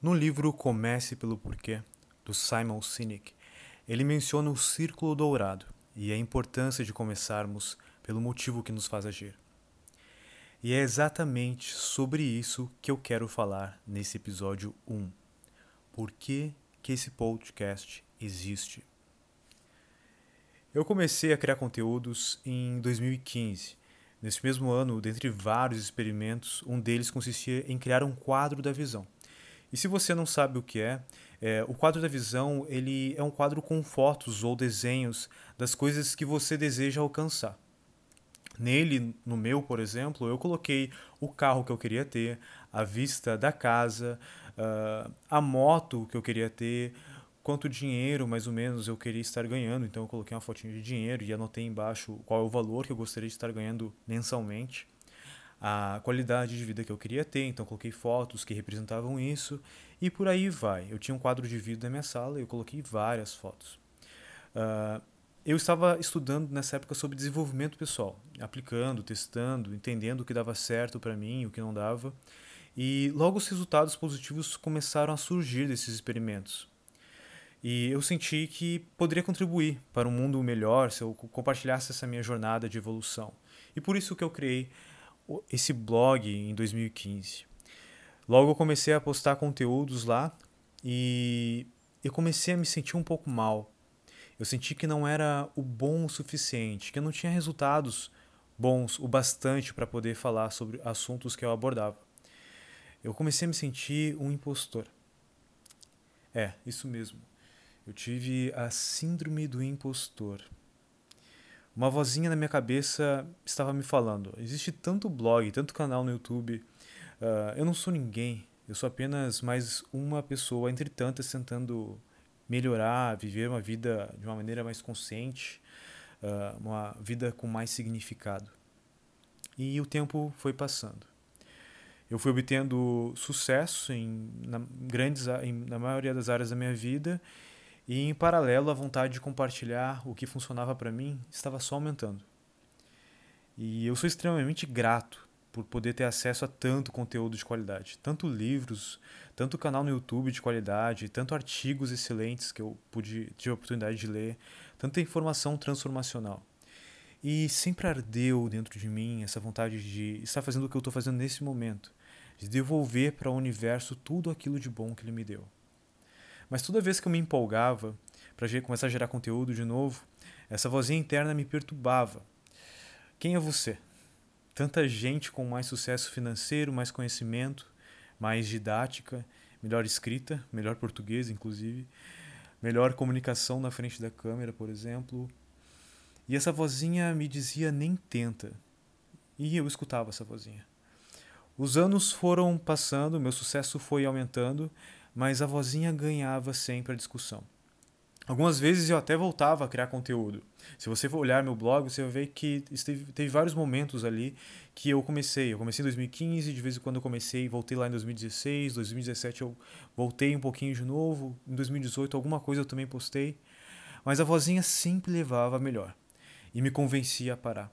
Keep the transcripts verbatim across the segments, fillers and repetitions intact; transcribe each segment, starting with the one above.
No livro Comece pelo Porquê, do Simon Sinek, ele menciona o círculo dourado e a importância de começarmos pelo motivo que nos faz agir. E é exatamente sobre isso que eu quero falar nesse episódio um. Por que, que esse podcast existe? Eu comecei a criar conteúdos em dois mil e quinze. Nesse mesmo ano, dentre vários experimentos, um deles consistia em criar um quadro da visão. E se você não sabe o que é, é, o quadro da visão ele é um quadro com fotos ou desenhos das coisas que você deseja alcançar. Nele, no meu, por exemplo, eu coloquei o carro que eu queria ter, a vista da casa, uh, a moto que eu queria ter, quanto dinheiro mais ou menos eu queria estar ganhando. Então eu coloquei uma fotinha de dinheiro e anotei embaixo qual é o valor que eu gostaria de estar ganhando mensalmente, a qualidade de vida que eu queria ter, então coloquei fotos que representavam isso e por aí vai. Eu tinha um quadro de vida na minha sala e eu coloquei várias fotos. Uh, eu estava estudando nessa época sobre desenvolvimento pessoal, aplicando, testando, entendendo o que dava certo para mim e o que não dava. E logo os resultados positivos começaram a surgir desses experimentos. E eu senti que poderia contribuir para um mundo melhor se eu compartilhasse essa minha jornada de evolução. E por isso que eu criei esse blog em dois mil e quinze. Logo eu comecei a postar conteúdos lá e eu comecei a me sentir um pouco mal. Eu senti que não era o bom o suficiente, que eu não tinha resultados bons o bastante para poder falar sobre assuntos que eu abordava. Eu comecei a me sentir um impostor. É, isso mesmo. Eu tive a síndrome do impostor. Uma vozinha na minha cabeça estava me falando: existe tanto blog, tanto canal no YouTube, uh, eu não sou ninguém, eu sou apenas mais uma pessoa entre tantas tentando melhorar, viver uma vida de uma maneira mais consciente, uh, uma vida com mais significado. E o tempo foi passando. Eu fui obtendo sucesso em, na, grandes, em, na maioria das áreas da minha vida e, em paralelo, a vontade de compartilhar o que funcionava para mim estava só aumentando. E eu sou extremamente grato por poder ter acesso a tanto conteúdo de qualidade, tanto livros, tanto canal no YouTube de qualidade, tanto artigos excelentes que eu pude tive a oportunidade de ler, tanta informação transformacional. E sempre ardeu dentro de mim essa vontade de estar fazendo o que eu estou fazendo nesse momento, de devolver para o universo tudo aquilo de bom que ele me deu. Mas toda vez que eu me empolgava para começar a gerar conteúdo de novo, essa vozinha interna me perturbava. Quem é você? Tanta gente com mais sucesso financeiro, mais conhecimento, mais didática, melhor escrita, melhor português, inclusive, melhor comunicação na frente da câmera, por exemplo. E essa vozinha me dizia: nem tenta. E eu escutava essa vozinha. Os anos foram passando, meu sucesso foi aumentando, mas a vozinha ganhava sempre a discussão. Algumas vezes eu até voltava a criar conteúdo. Se você for olhar meu blog, você vai ver que teve, teve vários momentos ali que eu comecei. Eu comecei em dois mil e quinze, de vez em quando eu comecei, voltei lá em dois mil e dezesseis, dois mil e dezessete eu voltei um pouquinho de novo, em dois mil e dezoito alguma coisa eu também postei, mas a vozinha sempre levava a melhor e me convencia a parar.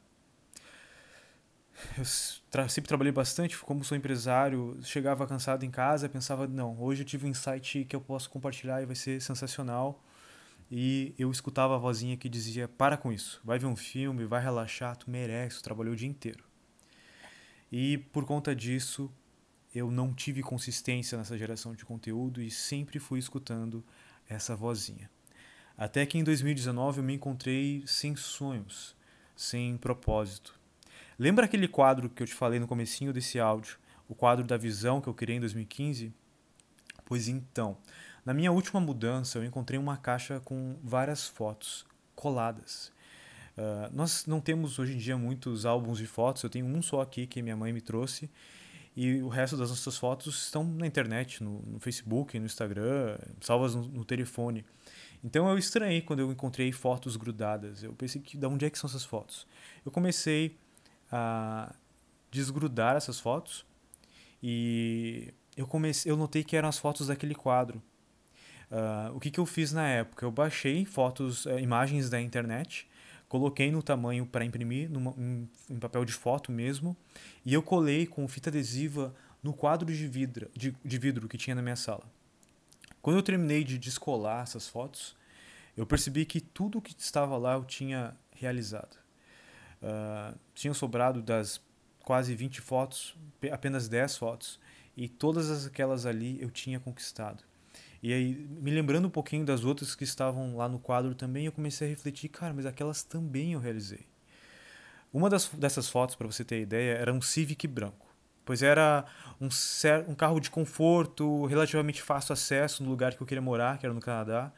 Eu tra- sempre trabalhei bastante, como sou empresário, chegava cansado em casa, pensava, não, hoje eu tive um insight que eu posso compartilhar e vai ser sensacional. E eu escutava a vozinha que dizia: para com isso, vai ver um filme, vai relaxar, tu merece, tu trabalhou o dia inteiro. E por conta disso, eu não tive consistência nessa geração de conteúdo e sempre fui escutando essa vozinha. Até que em dois mil e dezenove eu me encontrei sem sonhos, sem propósito. Lembra aquele quadro que eu te falei no comecinho desse áudio, o quadro da visão que eu criei em dois mil e quinze? Pois então, na minha última mudança eu encontrei uma caixa com várias fotos coladas. Uh, nós não temos hoje em dia muitos álbuns de fotos, eu tenho um só aqui que minha mãe me trouxe e o resto das nossas fotos estão na internet, no, no Facebook, no Instagram, salvas no, no telefone. Então eu estranhei quando eu encontrei fotos grudadas, eu pensei, que de onde é que são essas fotos? Eu comecei a desgrudar essas fotos e eu, comecei, eu notei que eram as fotos daquele quadro. Uh, o que, que eu fiz na época? Eu baixei fotos, uh, imagens da internet, coloquei no tamanho para imprimir, numa, em, em papel de foto mesmo, e eu colei com fita adesiva no quadro de vidro, de, de vidro que tinha na minha sala. Quando eu terminei de descolar essas fotos, eu percebi que tudo que estava lá eu tinha realizado. Uh, tinham sobrado das quase vinte fotos, apenas dez fotos, e todas aquelas ali eu tinha conquistado. E aí, me lembrando um pouquinho das outras que estavam lá no quadro também, eu comecei a refletir, cara, mas aquelas também eu realizei. Uma das, dessas fotos, para você ter ideia, era um Civic branco, pois era um, um carro de conforto, relativamente fácil acesso no lugar que eu queria morar, que era no Canadá,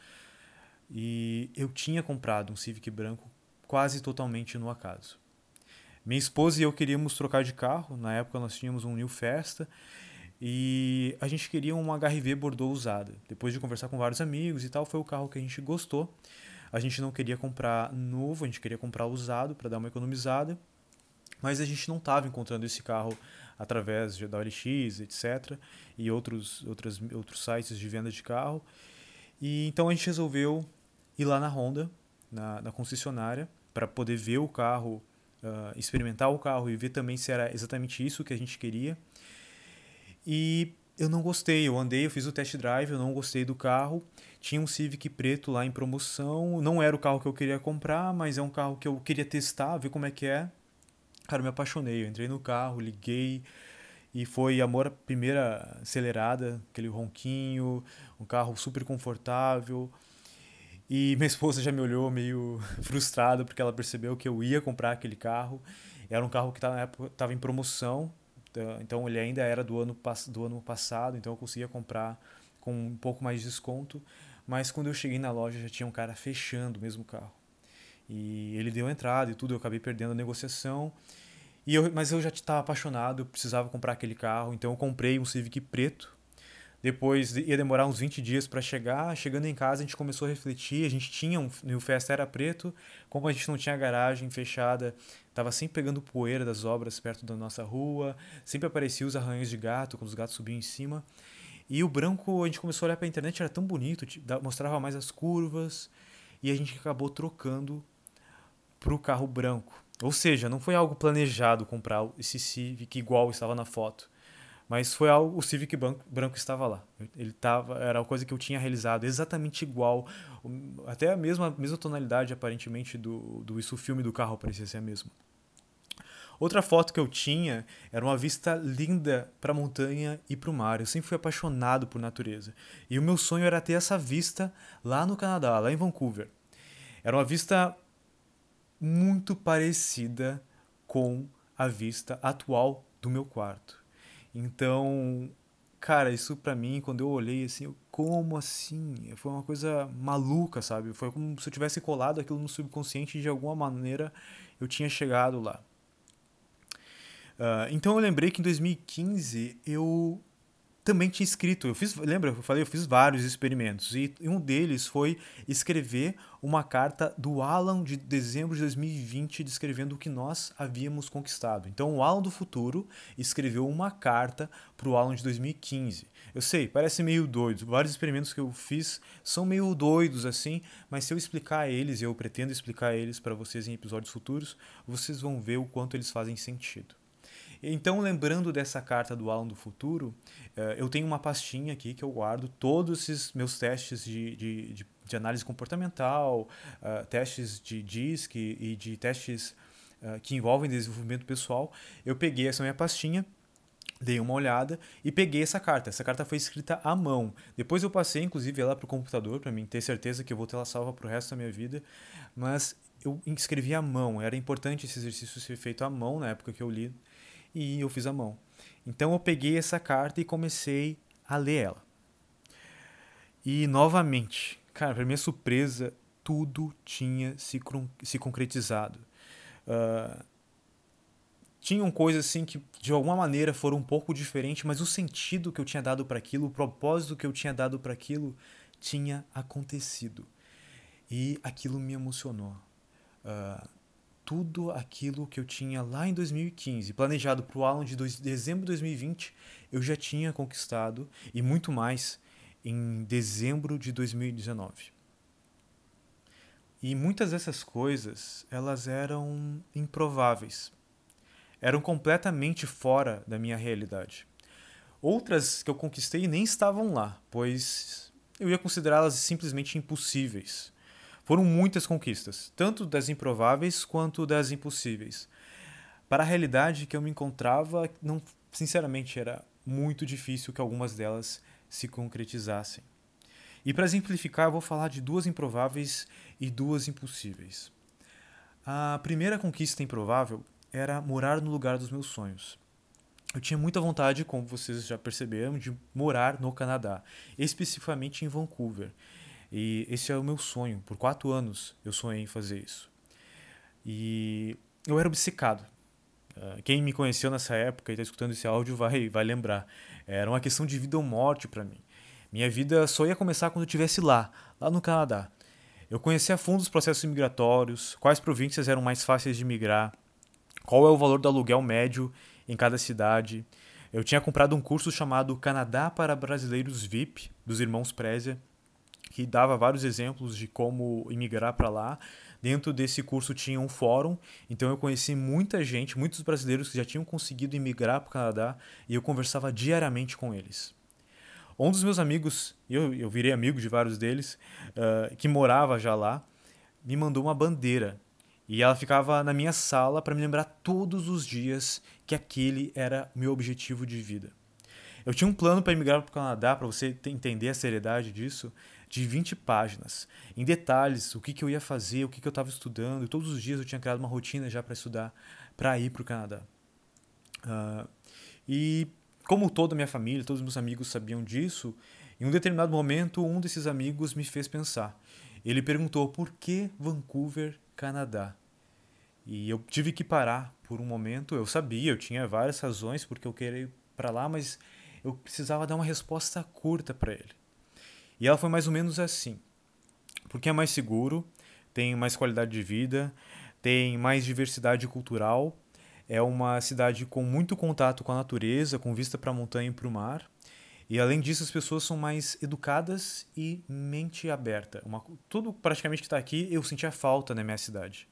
e eu tinha comprado um Civic branco quase totalmente no acaso. Minha esposa e eu queríamos trocar de carro, na época nós tínhamos um New Festa, e a gente queria uma H R V Bordeaux usada. Depois de conversar com vários amigos e tal, foi o carro que a gente gostou. A gente não queria comprar novo, a gente queria comprar usado para dar uma economizada, mas a gente não estava encontrando esse carro através da O L X, etcétera, e outros, outros, outros sites de venda de carro. E então a gente resolveu ir lá na Honda, na, na concessionária, para poder ver o carro, uh, experimentar o carro e ver também se era exatamente isso que a gente queria. E eu não gostei, eu andei, eu fiz o test drive, eu não gostei do carro. Tinha um Civic preto lá em promoção, não era o carro que eu queria comprar, mas é um carro que eu queria testar, ver como é que é. Cara, eu me apaixonei, eu entrei no carro, liguei e foi amor à primeira acelerada, aquele ronquinho, um carro super confortável. E minha esposa já me olhou meio frustrada porque ela percebeu que eu ia comprar aquele carro. Era um carro que estava na época estava em promoção. Então ele ainda era do ano, do ano passado, então eu conseguia comprar com um pouco mais de desconto. Mas quando eu cheguei na loja já tinha um cara fechando o mesmo carro. E ele deu entrada e tudo, eu acabei perdendo a negociação. E eu, mas eu já estava apaixonado, eu precisava comprar aquele carro, então eu comprei um Civic preto. Depois ia demorar uns vinte dias para chegar. Chegando em casa a gente começou a refletir. A gente tinha um New Festa, era preto. Como a gente não tinha garagem fechada, estava sempre pegando poeira das obras perto da nossa rua. Sempre apareciam os arranhões de gato, quando os gatos subiam em cima. E o branco, a gente começou a olhar para a internet, era tão bonito, mostrava mais as curvas. E a gente acabou trocando para o carro branco. Ou seja, não foi algo planejado comprar esse Civic igual estava na foto. Mas foi algo, o Civic branco, branco estava lá. Ele tava, era uma coisa que eu tinha realizado exatamente igual, até a mesma, mesma tonalidade aparentemente do, do isso, o filme do carro parecia ser a mesma. Outra foto que eu tinha era uma vista linda para a montanha e para o mar. Eu sempre fui apaixonado por natureza. E o meu sonho era ter essa vista lá no Canadá, lá em Vancouver. Era uma vista muito parecida com a vista atual do meu quarto. Então, cara, isso pra mim, quando eu olhei assim, eu, como assim? Foi uma coisa maluca, sabe? Foi como se eu tivesse colado aquilo no subconsciente e de alguma maneira eu tinha chegado lá. Uh, então eu lembrei que em dois mil e quinze eu também tinha escrito, eu fiz, lembra, eu falei, eu fiz vários experimentos e um deles foi escrever uma carta do Alan de dezembro de dois mil e vinte descrevendo o que nós havíamos conquistado. Então o Alan do futuro escreveu uma carta para o Alan de dois mil e quinze. Eu sei, parece meio doido, vários experimentos que eu fiz são meio doidos assim, mas se eu explicar eles, e eu pretendo explicar eles para vocês em episódios futuros, vocês vão ver o quanto eles fazem sentido. Então, lembrando dessa carta do Alan do futuro, eu tenho uma pastinha aqui que eu guardo todos esses meus testes de, de, de, de análise comportamental, uh, testes de D I S C e de testes uh, que envolvem desenvolvimento pessoal. Eu peguei essa minha pastinha, dei uma olhada e peguei essa carta. Essa carta foi escrita à mão. Depois eu passei, inclusive, ela para o computador, para mim ter certeza que eu vou ter ela salva para o resto da minha vida. Mas eu escrevi à mão. Era importante esse exercício ser feito à mão na época que eu li. E eu fiz à mão. Então eu peguei essa carta e comecei a ler ela. E novamente, cara, para minha surpresa, tudo tinha se, se concretizado. Uh, tinham coisas assim que de alguma maneira foram um pouco diferentes, mas o sentido que eu tinha dado para aquilo, o propósito que eu tinha dado para aquilo, tinha acontecido. E aquilo me emocionou. Uh, Tudo aquilo que eu tinha lá em dois mil e quinze, planejado para o Alan de dezembro de dois mil e vinte, eu já tinha conquistado, e muito mais, em dezembro de dois mil e dezenove. E muitas dessas coisas, elas eram improváveis. Eram completamente fora da minha realidade. Outras que eu conquistei nem estavam lá, pois eu ia considerá-las simplesmente impossíveis. Foram muitas conquistas, tanto das improváveis quanto das impossíveis. Para a realidade que eu me encontrava, não, sinceramente, era muito difícil que algumas delas se concretizassem. E para exemplificar, eu vou falar de duas improváveis e duas impossíveis. A primeira conquista improvável era morar no lugar dos meus sonhos. Eu tinha muita vontade, como vocês já perceberam, de morar no Canadá, especificamente em Vancouver. E esse é o meu sonho. Por quatro anos eu sonhei em fazer isso. E eu era obcecado. Quem me conheceu nessa época e está escutando esse áudio vai, vai lembrar. Era uma questão de vida ou morte para mim. Minha vida só ia começar quando eu estivesse lá, lá no Canadá. Eu conhecia a fundo os processos migratórios, quais províncias eram mais fáceis de migrar, qual é o valor do aluguel médio em cada cidade. Eu tinha comprado um curso chamado Canadá para Brasileiros V I P, dos irmãos Prezia, que dava vários exemplos de como imigrar para lá. Dentro desse curso tinha um fórum, então eu conheci muita gente, muitos brasileiros que já tinham conseguido imigrar para o Canadá e eu conversava diariamente com eles. Um dos meus amigos, eu, eu virei amigo de vários deles, uh, que morava já lá, me mandou uma bandeira. E ela ficava na minha sala para me lembrar todos os dias que aquele era meu objetivo de vida. Eu tinha um plano para emigrar para o Canadá, para você entender a seriedade disso, de vinte páginas. Em detalhes, o que, que eu ia fazer, o que, que eu estava estudando. Todos os dias eu tinha criado uma rotina já para estudar, para ir para o Canadá. Uh, e como toda a minha família, todos os meus amigos sabiam disso, em um determinado momento, um desses amigos me fez pensar. Ele perguntou, por que Vancouver, Canadá? E eu tive que parar por um momento. Eu sabia, eu tinha várias razões porque eu queria ir para lá, mas eu precisava dar uma resposta curta para ele. E ela foi mais ou menos assim. Porque é mais seguro, tem mais qualidade de vida, tem mais diversidade cultural, é uma cidade com muito contato com a natureza, com vista para a montanha e para o mar. E além disso, as pessoas são mais educadas e mente aberta. Uma, tudo praticamente que está aqui eu sentia falta na minha cidade.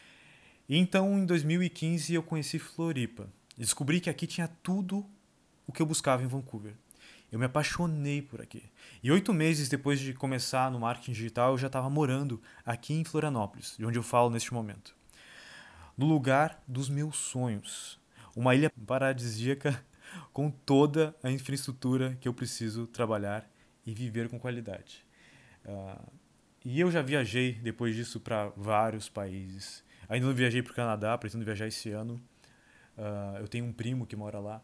E então, em dois mil e quinze, eu conheci Floripa. Descobri que aqui tinha tudo o que eu buscava em Vancouver. Eu me apaixonei por aqui. E oito meses depois de começar no marketing digital, eu já estava morando aqui em Florianópolis, de onde eu falo neste momento. No lugar dos meus sonhos. Uma ilha paradisíaca com toda a infraestrutura que eu preciso trabalhar e viver com qualidade. Uh, e eu já viajei depois disso para vários países. Ainda não viajei para o Canadá, pretendo viajar esse ano. Uh, eu tenho um primo que mora lá.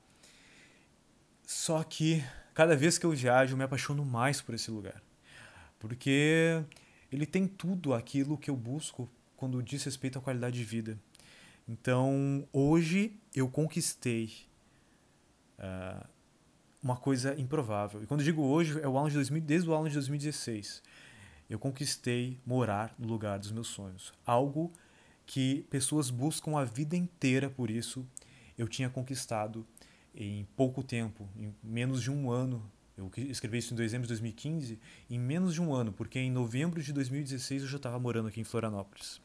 Só que cada vez que eu viajo, eu me apaixono mais por esse lugar. Porque ele tem tudo aquilo que eu busco quando diz respeito à qualidade de vida. Então, hoje eu conquistei uh, uma coisa improvável. E quando eu digo hoje, é o ano de dois mil, desde o ano de dois mil e dezesseis. Eu conquistei morar no lugar dos meus sonhos. Algo que pessoas buscam a vida inteira por isso, eu tinha conquistado em pouco tempo, em menos de um ano. Eu escrevi isso em dezembro de dois mil e quinze, em menos de um ano, porque em novembro de dois mil e dezesseis eu já estava morando aqui em Florianópolis.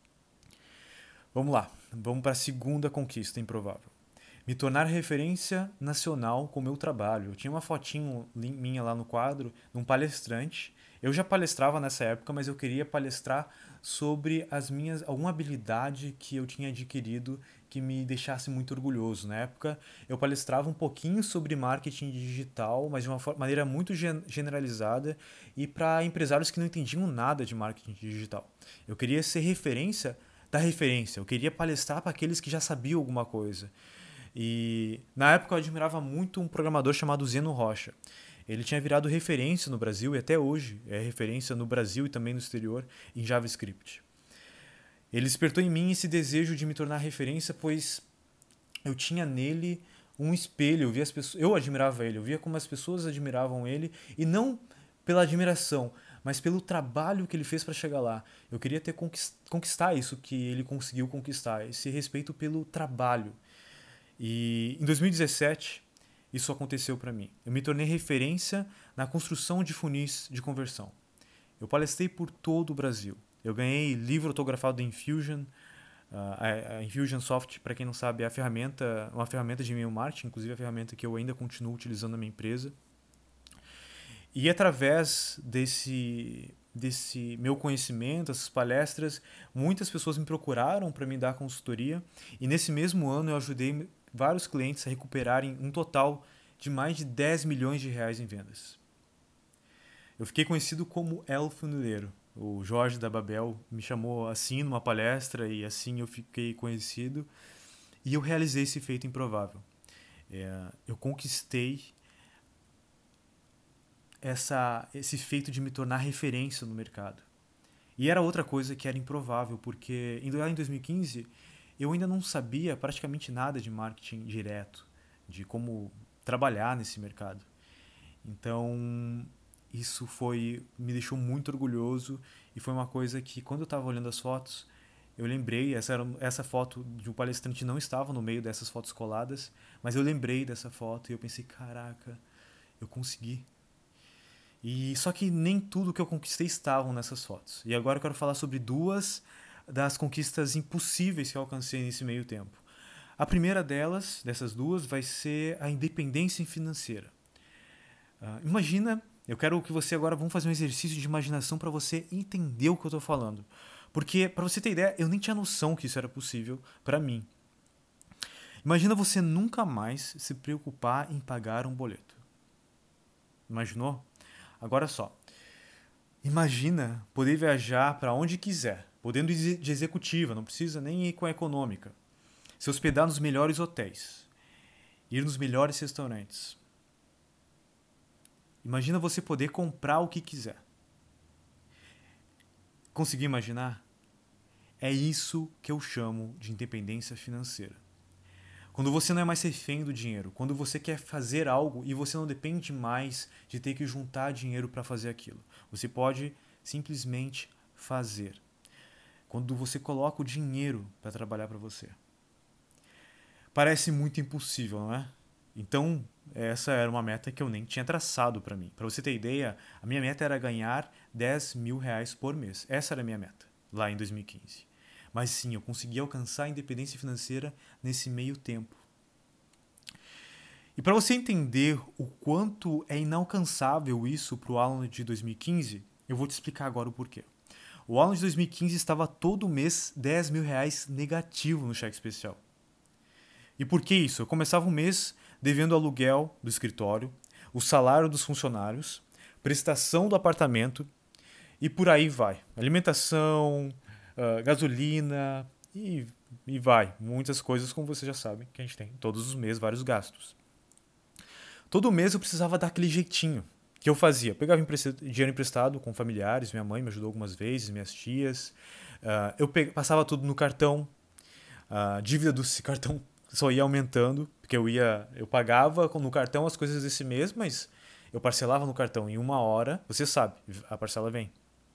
Vamos lá, vamos para a segunda conquista improvável. Me tornar referência nacional com o meu trabalho. Eu tinha uma fotinho minha lá no quadro, num palestrante. Eu já palestrava nessa época, mas eu queria palestrar sobre as minhas, alguma habilidade que eu tinha adquirido que me deixasse muito orgulhoso. Na época, eu palestrava um pouquinho sobre marketing digital, mas de uma maneira muito generalizada e para empresários que não entendiam nada de marketing digital. Eu queria ser referência da referência. Eu queria palestrar para aqueles que já sabiam alguma coisa. E na época eu admirava muito um programador chamado Zeno Rocha. Ele tinha virado referência no Brasil e até hoje é referência no Brasil e também no exterior em JavaScript. Ele despertou em mim esse desejo de me tornar referência, pois eu tinha nele um espelho. Eu via as pessoas, eu admirava ele, eu via como as pessoas admiravam ele e não pela admiração, mas pelo trabalho que ele fez para chegar lá. Eu queria ter conquistar isso que ele conseguiu conquistar, esse respeito pelo trabalho. E em dois mil e dezessete, isso aconteceu para mim. Eu me tornei referência na construção de funis de conversão. Eu palestrei por todo o Brasil. Eu ganhei livro autografado da Infusion, a, a Infusionsoft, para quem não sabe, é a ferramenta, uma ferramenta de e-mail marketing, inclusive a ferramenta que eu ainda continuo utilizando na minha empresa. E através desse, desse meu conhecimento, essas palestras, muitas pessoas me procuraram para me dar consultoria. E nesse mesmo ano eu ajudei vários clientes a recuperarem um total de mais de dez milhões de reais em vendas. Eu fiquei conhecido como El Funileiro. O Jorge da Babel me chamou assim numa palestra e assim eu fiquei conhecido. E eu realizei esse feito improvável. É, eu conquistei essa, esse feito de me tornar referência no mercado. E era outra coisa que era improvável, porque lá em dois mil e quinze eu ainda não sabia praticamente nada de marketing direto, de como trabalhar nesse mercado. Então, isso foi me deixou muito orgulhoso e foi uma coisa que, quando eu estava olhando as fotos, eu lembrei, essa, era, essa foto de um palestrante não estava no meio dessas fotos coladas, mas eu lembrei dessa foto e eu pensei, caraca, eu consegui. E só que nem tudo que eu conquistei estavam nessas fotos. E agora eu quero falar sobre duas das conquistas impossíveis que eu alcancei nesse meio tempo. A primeira delas, dessas duas, vai ser a independência financeira. Uh, imagina, eu quero que você agora, vamos fazer um exercício de imaginação para você entender o que eu estou falando. Porque, para você ter ideia, eu nem tinha noção que isso era possível para mim. Imagina você nunca mais se preocupar em pagar um boleto. Imaginou? Agora só, imagina poder viajar para onde quiser, podendo ir de executiva, não precisa nem ir com a econômica. Se hospedar nos melhores hotéis, ir nos melhores restaurantes. Imagina você poder comprar o que quiser. Conseguir imaginar? É isso que eu chamo de independência financeira. Quando você não é mais refém do dinheiro, quando você quer fazer algo e você não depende mais de ter que juntar dinheiro para fazer aquilo. Você pode simplesmente fazer. Quando você coloca o dinheiro para trabalhar para você. Parece muito impossível, não é? Então, essa era uma meta que eu nem tinha traçado para mim. Para você ter ideia, a minha meta era ganhar dez mil reais por mês. Essa era a minha meta, lá em dois mil e quinze. Mas sim, eu consegui alcançar a independência financeira nesse meio tempo. E para você entender o quanto é inalcançável isso para o Alan de dois mil e quinze, eu vou te explicar agora o porquê. O Alan de dois mil e quinze estava todo mês dez mil reais negativo no cheque especial. E por que isso? Eu começava o mês devendo o aluguel do escritório, o salário dos funcionários, prestação do apartamento e por aí vai. Alimentação, uh, gasolina e, e vai. Muitas coisas, como você já sabe, que a gente tem todos os meses, vários gastos. Todo mês eu precisava dar aquele jeitinho que eu fazia. Eu pegava dinheiro emprestado com familiares, minha mãe me ajudou algumas vezes, minhas tias. Uh, eu pe- passava tudo no cartão. A dívida do cartão só ia aumentando, porque eu ia, eu pagava no cartão as coisas desse mês, mas eu parcelava no cartão em uma hora, você sabe, a parcela vem.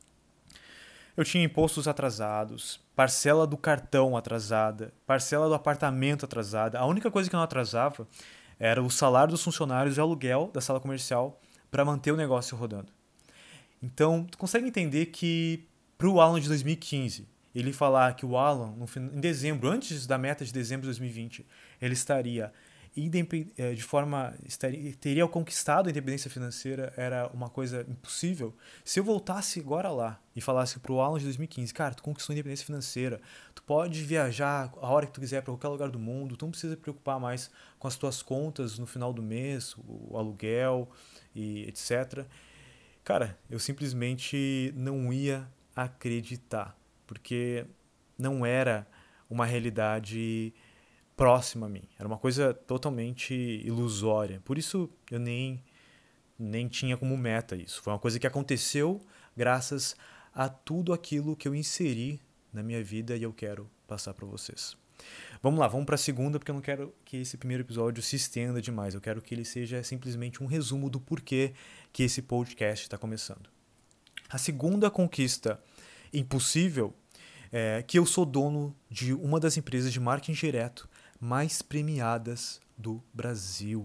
Eu tinha impostos atrasados, parcela do cartão atrasada, parcela do apartamento atrasada. A única coisa que não atrasava era o salário dos funcionários e aluguel da sala comercial para manter o negócio rodando. Então, tu consegue entender que para o Alan de dois mil e quinze, ele falar que o Alan, no, em dezembro, antes da meta de dezembro de dois mil e vinte, ele estaria de forma estaria, teria conquistado a independência financeira, era uma coisa impossível. Se eu voltasse agora lá e falasse para o Alan de dois mil e quinze, cara, tu conquistou a independência financeira, tu pode viajar a hora que tu quiser para qualquer lugar do mundo, tu não precisa te preocupar mais com as tuas contas no final do mês, o aluguel e etcétera. Cara, eu simplesmente não ia acreditar, porque não era uma realidade próxima a mim. Era uma coisa totalmente ilusória. Por isso eu nem, nem tinha como meta isso. Foi uma coisa que aconteceu graças a tudo aquilo que eu inseri na minha vida e eu quero passar para vocês. Vamos lá, vamos para a segunda, porque eu não quero que esse primeiro episódio se estenda demais. Eu quero que ele seja simplesmente um resumo do porquê que esse podcast está começando. A segunda conquista impossível é que eu sou dono de uma das empresas de marketing direto mais premiadas do Brasil.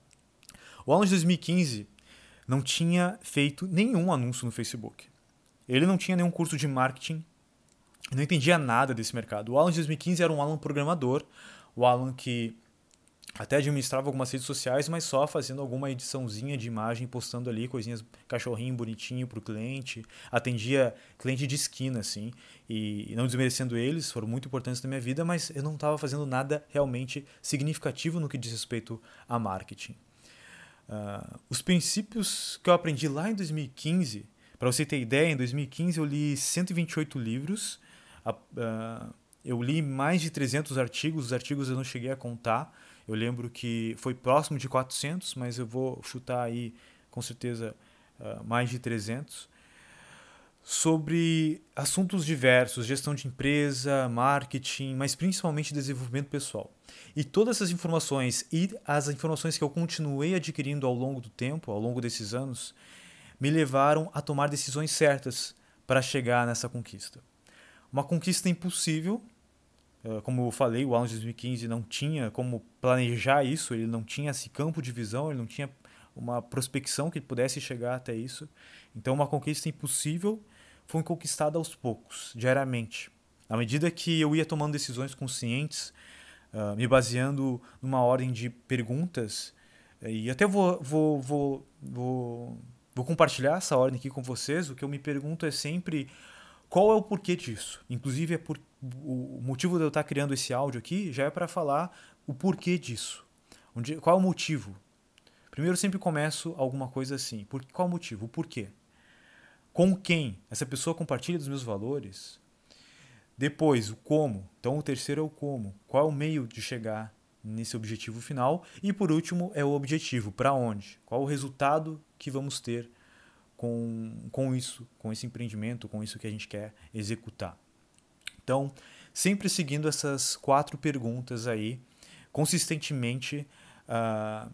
O Alan de dois mil e quinze não tinha feito nenhum anúncio no Facebook. Ele não tinha nenhum curso de marketing Eu não entendia nada desse mercado. O Alan de dois mil e quinze era um Alan programador, o Alan que até administrava algumas redes sociais, mas só fazendo alguma ediçãozinha de imagem, postando ali coisinhas, cachorrinho bonitinho pro cliente. Atendia cliente de esquina, assim. E não desmerecendo eles, foram muito importantes na minha vida, mas eu não estava fazendo nada realmente significativo no que diz respeito a marketing. Uh, os princípios que eu aprendi lá em dois mil e quinze, para você ter ideia, em dois mil e quinze eu li cento e vinte e oito livros, uh, eu li mais de trezentos artigos, os artigos eu não cheguei a contar. Eu lembro que foi próximo de quatrocentos, mas eu vou chutar aí, com certeza, uh, mais de trezentos. Sobre assuntos diversos, gestão de empresa, marketing, mas principalmente desenvolvimento pessoal. E todas essas informações e as informações que eu continuei adquirindo ao longo do tempo, ao longo desses anos, me levaram a tomar decisões certas para chegar nessa conquista. Uma conquista impossível. Como eu falei, o Alan de dois mil e quinze não tinha como planejar isso, ele não tinha esse campo de visão, ele não tinha uma prospecção que pudesse chegar até isso. Então, uma conquista impossível foi conquistada aos poucos, diariamente. À medida que eu ia tomando decisões conscientes, uh, me baseando numa ordem de perguntas, e até vou, vou, vou, vou, vou compartilhar essa ordem aqui com vocês, o que eu me pergunto é sempre qual é o porquê disso. Inclusive, é por, o motivo de eu estar criando esse áudio aqui já é para falar o porquê disso. Onde, qual é o motivo? Primeiro, eu sempre começo alguma coisa assim. Por, qual é o motivo? O porquê? Com quem? Essa pessoa compartilha dos meus valores? Depois, o como. Então, o terceiro é o como. Qual é o meio de chegar nesse objetivo final? E, por último, é o objetivo. Para onde? Qual o resultado que vamos ter com, com isso, com esse empreendimento, com isso que a gente quer executar? Então, sempre seguindo essas quatro perguntas aí, consistentemente, uh,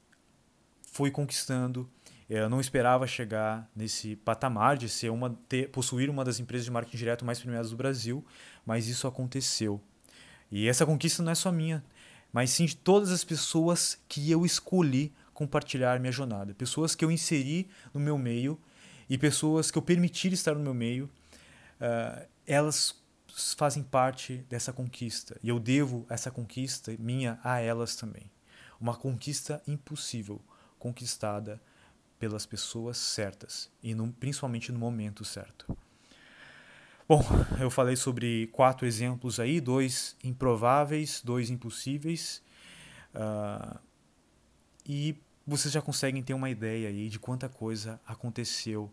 fui conquistando. Eu não esperava chegar nesse patamar de ser uma, ter, possuir uma das empresas de marketing direto mais premiadas do Brasil, mas isso aconteceu. E essa conquista não é só minha, mas sim de todas as pessoas que eu escolhi compartilhar minha jornada. Pessoas que eu inseri no meu meio e pessoas que eu permiti estar no meu meio, uh, elas fazem parte dessa conquista. E eu devo essa conquista minha a elas também. Uma conquista impossível, conquistada pelas pessoas certas e no, principalmente no momento certo. Bom, eu falei sobre quatro exemplos aí, dois improváveis, dois impossíveis, uh, e vocês já conseguem ter uma ideia aí de quanta coisa aconteceu.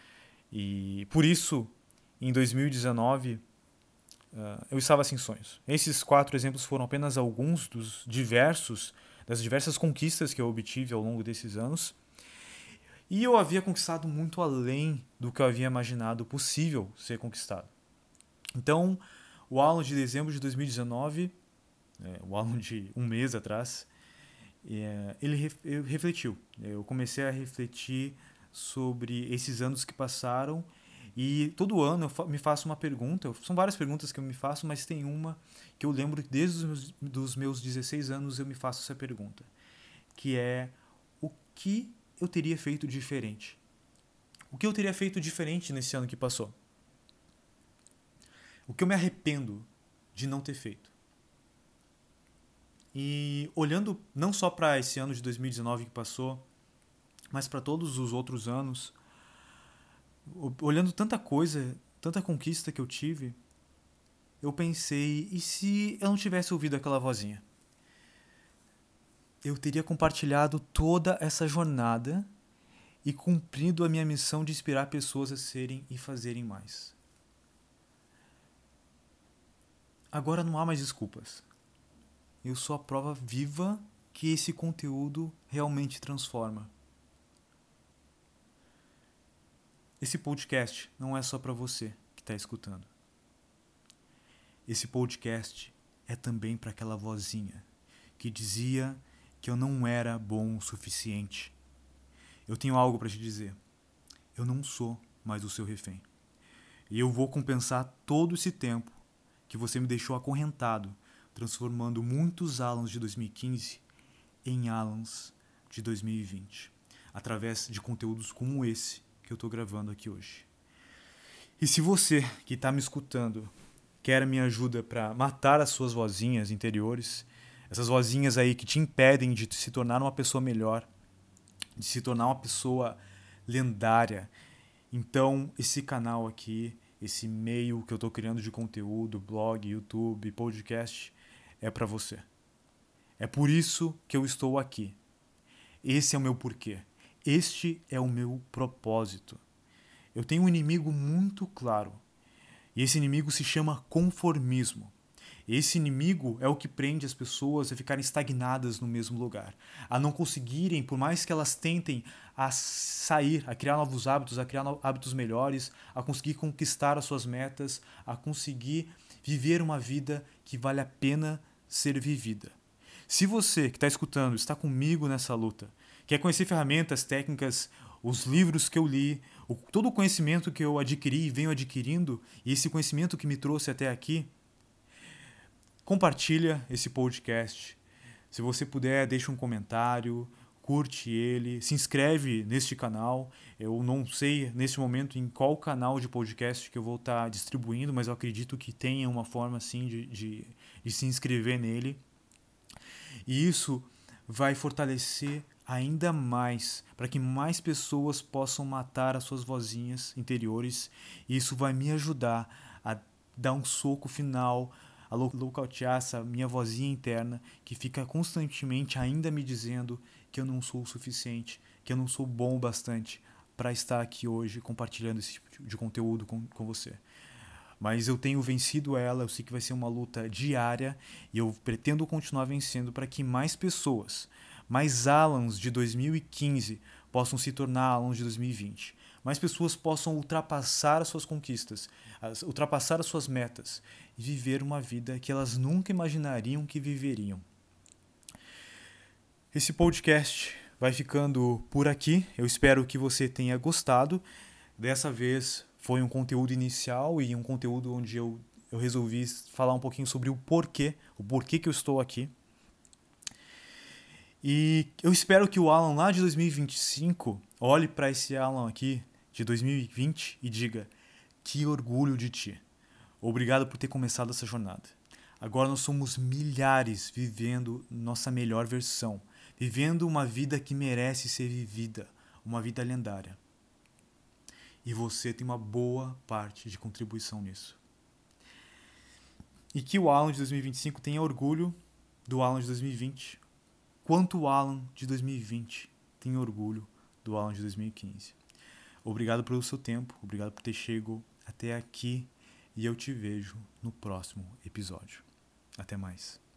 E por isso, em dois mil e dezenove, uh, eu estava sem sonhos. Esses quatro exemplos foram apenas alguns dos diversos, das diversas conquistas que eu obtive ao longo desses anos. E eu havia conquistado muito além do que eu havia imaginado possível ser conquistado. Então, o Alan de dezembro de dois mil e dezenove, é, o Alan de um mês atrás, é, ele ref, refletiu. Eu comecei a refletir sobre esses anos que passaram e todo ano eu fa- me faço uma pergunta. São várias perguntas que eu me faço, mas tem uma que eu lembro que desde os meus, dos meus dezesseis anos eu me faço essa pergunta, que é o que eu teria feito diferente? O que eu teria feito diferente nesse ano que passou? O que eu me arrependo de não ter feito? E olhando não só para esse ano de dois mil e dezenove que passou, mas para todos os outros anos, olhando tanta coisa, tanta conquista que eu tive, eu pensei, e se eu não tivesse ouvido aquela vozinha? Eu teria compartilhado toda essa jornada e cumprido a minha missão de inspirar pessoas a serem e fazerem mais. Agora não há mais desculpas. Eu sou a prova viva que esse conteúdo realmente transforma. Esse podcast não é só para você que está escutando. Esse podcast é também para aquela vozinha que dizia que eu não era bom o suficiente. Eu tenho algo para te dizer. Eu não sou mais o seu refém. E eu vou compensar todo esse tempo que você me deixou acorrentado, transformando muitos Alans de dois mil e quinze em Alans de dois mil e vinte, através de conteúdos como esse que eu estou gravando aqui hoje. E se você que está me escutando quer a minha ajuda para matar as suas vozinhas interiores, essas vozinhas aí que te impedem de se tornar uma pessoa melhor, de se tornar uma pessoa lendária, então esse canal aqui, esse meio que eu estou criando de conteúdo, blog, YouTube, podcast, é para você. É por isso que eu estou aqui. Esse é o meu porquê. Este é o meu propósito. Eu tenho um inimigo muito claro. E esse inimigo se chama conformismo. Esse inimigo é o que prende as pessoas a ficarem estagnadas no mesmo lugar, a não conseguirem, por mais que elas tentem, a sair, a criar novos hábitos, a criar hábitos melhores, a conseguir conquistar as suas metas, a conseguir viver uma vida que vale a pena ser vivida. Se você que está escutando está comigo nessa luta, quer conhecer ferramentas, técnicas, os livros que eu li, o, todo o conhecimento que eu adquiri e venho adquirindo, e esse conhecimento que me trouxe até aqui, compartilha esse podcast. Se você puder, deixa um comentário, curte ele, se inscreve neste canal. Eu não sei neste momento em qual canal de podcast que eu vou estar distribuindo, mas eu acredito que tenha uma forma assim de, de, de se inscrever nele. E isso vai fortalecer ainda mais, para que mais pessoas possam matar as suas vozinhas interiores. E isso vai me ajudar a dar um soco final, a nocautear essa minha vozinha interna que fica constantemente ainda me dizendo que eu não sou o suficiente, que eu não sou bom o bastante para estar aqui hoje compartilhando esse tipo de conteúdo com, com você. Mas eu tenho vencido ela, eu sei que vai ser uma luta diária e eu pretendo continuar vencendo para que mais pessoas, mais Alans de dois mil e quinze possam se tornar Alans de dois mil e vinte. Mais pessoas possam ultrapassar as suas conquistas, ultrapassar as suas metas e viver uma vida que elas nunca imaginariam que viveriam. Esse podcast vai ficando por aqui. Eu espero que você tenha gostado. Dessa vez foi um conteúdo inicial e um conteúdo onde eu, eu resolvi falar um pouquinho sobre o porquê, o porquê que eu estou aqui. E eu espero que o Alan lá de dois mil e vinte e cinco olhe para esse Alan aqui de dois mil e vinte e diga: que orgulho de ti. Obrigado por ter começado essa jornada. Agora nós somos milhares vivendo nossa melhor versão, vivendo uma vida que merece ser vivida, uma vida lendária. E você tem uma boa parte de contribuição nisso. E que o Alan de dois mil e vinte e cinco tenha orgulho do Alan de dois mil e vinte, quanto o Alan de dois mil e vinte tem orgulho do Alan de dois mil e quinze. Obrigado pelo seu tempo, obrigado por ter chegado até aqui e eu te vejo no próximo episódio. Até mais.